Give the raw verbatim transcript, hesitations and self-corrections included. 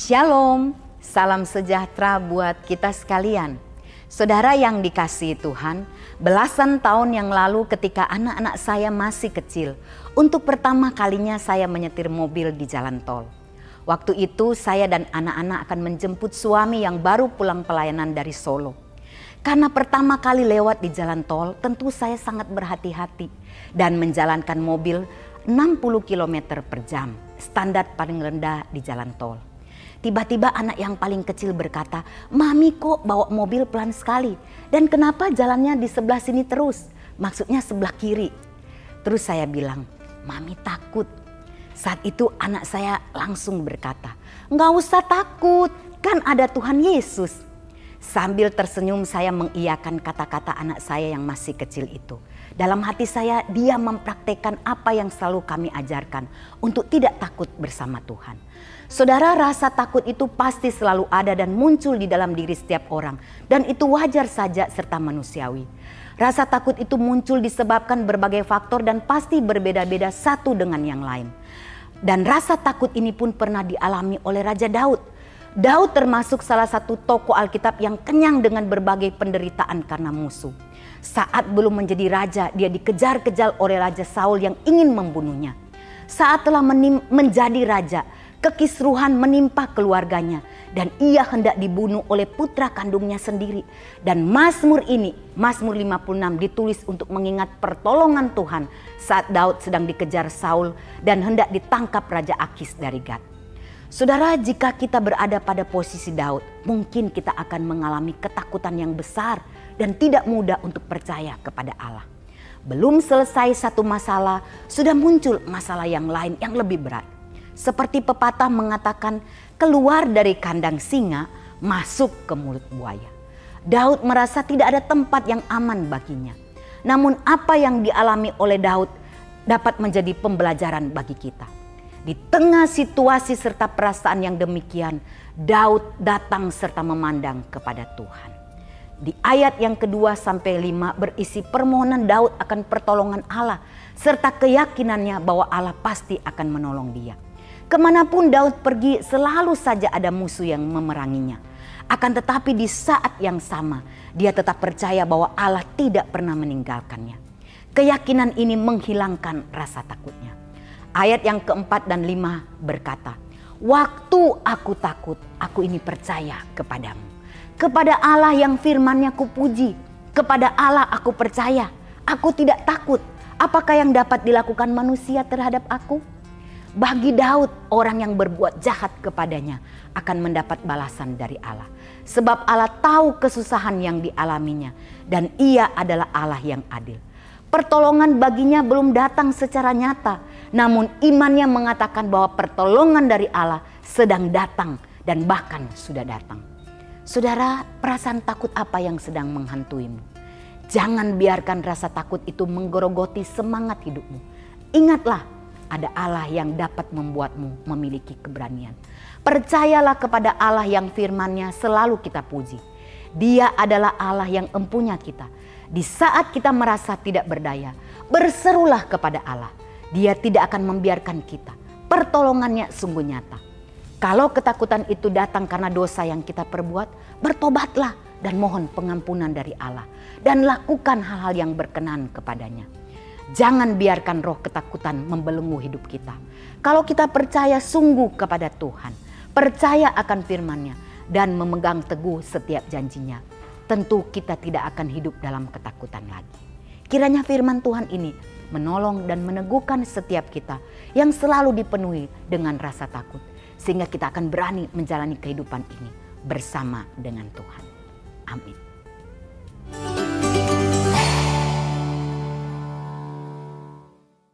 Shalom, salam sejahtera buat kita sekalian. Saudara yang dikasihi Tuhan, belasan tahun yang lalu ketika anak-anak saya masih kecil, untuk pertama kalinya saya menyetir mobil di jalan tol. Waktu itu saya dan anak-anak akan menjemput suami yang baru pulang pelayanan dari Solo. Karena pertama kali lewat di jalan tol, tentu saya sangat berhati-hati dan menjalankan mobil enam puluh kilometer per jam, standar paling rendah di jalan tol. Tiba-tiba anak yang paling kecil berkata, "Mami kok bawa mobil pelan sekali? Dan kenapa jalannya di sebelah sini terus? Maksudnya sebelah kiri." Terus saya bilang, "Mami takut." Saat itu anak saya langsung berkata, "Nggak usah takut, kan ada Tuhan Yesus." Sambil tersenyum saya mengiyakan kata-kata anak saya yang masih kecil itu. Dalam hati saya dia mempraktekkan apa yang selalu kami ajarkan untuk tidak takut bersama Tuhan. Saudara, rasa takut itu pasti selalu ada dan muncul di dalam diri setiap orang. Dan itu wajar saja serta manusiawi. Rasa takut itu muncul disebabkan berbagai faktor dan pasti berbeda-beda satu dengan yang lain. Dan rasa takut ini pun pernah dialami oleh Raja Daud. Daud termasuk salah satu tokoh Alkitab yang kenyang dengan berbagai penderitaan karena musuh. Saat belum menjadi raja, dia dikejar-kejar oleh Raja Saul yang ingin membunuhnya. Saat telah menjadi raja, kekisruhan menimpa keluarganya dan ia hendak dibunuh oleh putra kandungnya sendiri. Dan Mazmur ini, Mazmur lima puluh enam, ditulis untuk mengingat pertolongan Tuhan saat Daud sedang dikejar Saul dan hendak ditangkap Raja Akis dari Gat. Saudara, jika kita berada pada posisi Daud, mungkin kita akan mengalami ketakutan yang besar dan tidak mudah untuk percaya kepada Allah. Belum selesai satu masalah, sudah muncul masalah yang lain yang lebih berat. Seperti pepatah mengatakan, keluar dari kandang singa, masuk ke mulut buaya. Daud merasa tidak ada tempat yang aman baginya. Namun apa yang dialami oleh Daud dapat menjadi pembelajaran bagi kita. Di tengah situasi serta perasaan yang demikian, Daud datang serta memandang kepada Tuhan. Di ayat yang kedua sampai lima berisi permohonan Daud akan pertolongan Allah serta keyakinannya bahwa Allah pasti akan menolong dia. Kemanapun Daud pergi selalu saja ada musuh yang memeranginya. Akan tetapi di saat yang sama dia tetap percaya bahwa Allah tidak pernah meninggalkannya. Keyakinan ini menghilangkan rasa takutnya. Ayat yang keempat dan lima berkata, "Waktu aku takut, aku ini percaya kepadamu. Kepada Allah yang firman-Nya kupuji, kepada Allah aku percaya, aku tidak takut. Apakah yang dapat dilakukan manusia terhadap aku?" Bagi Daud, orang yang berbuat jahat kepadanya akan mendapat balasan dari Allah. Sebab Allah tahu kesusahan yang dialaminya dan Ia adalah Allah yang adil. Pertolongan baginya belum datang secara nyata, namun imannya mengatakan bahwa pertolongan dari Allah sedang datang dan bahkan sudah datang. Saudara, perasaan takut apa yang sedang menghantuimu? Jangan biarkan rasa takut itu menggerogoti semangat hidupmu. Ingatlah, ada Allah yang dapat membuatmu memiliki keberanian. Percayalah kepada Allah yang firman-Nya selalu kita puji. Dia adalah Allah yang empunya kita. Di saat kita merasa tidak berdaya, berserulah kepada Allah. Dia tidak akan membiarkan kita. Pertolongannya sungguh nyata. Kalau ketakutan itu datang karena dosa yang kita perbuat, bertobatlah dan mohon pengampunan dari Allah. Dan lakukan hal-hal yang berkenan kepadanya. Jangan biarkan roh ketakutan membelenggu hidup kita. Kalau kita percaya sungguh kepada Tuhan, percaya akan firman-Nya dan memegang teguh setiap janjinya, tentu kita tidak akan hidup dalam ketakutan lagi. Kiranya firman Tuhan ini menolong dan meneguhkan setiap kita yang selalu dipenuhi dengan rasa takut. Sehingga kita akan berani menjalani kehidupan ini bersama dengan Tuhan. Amin.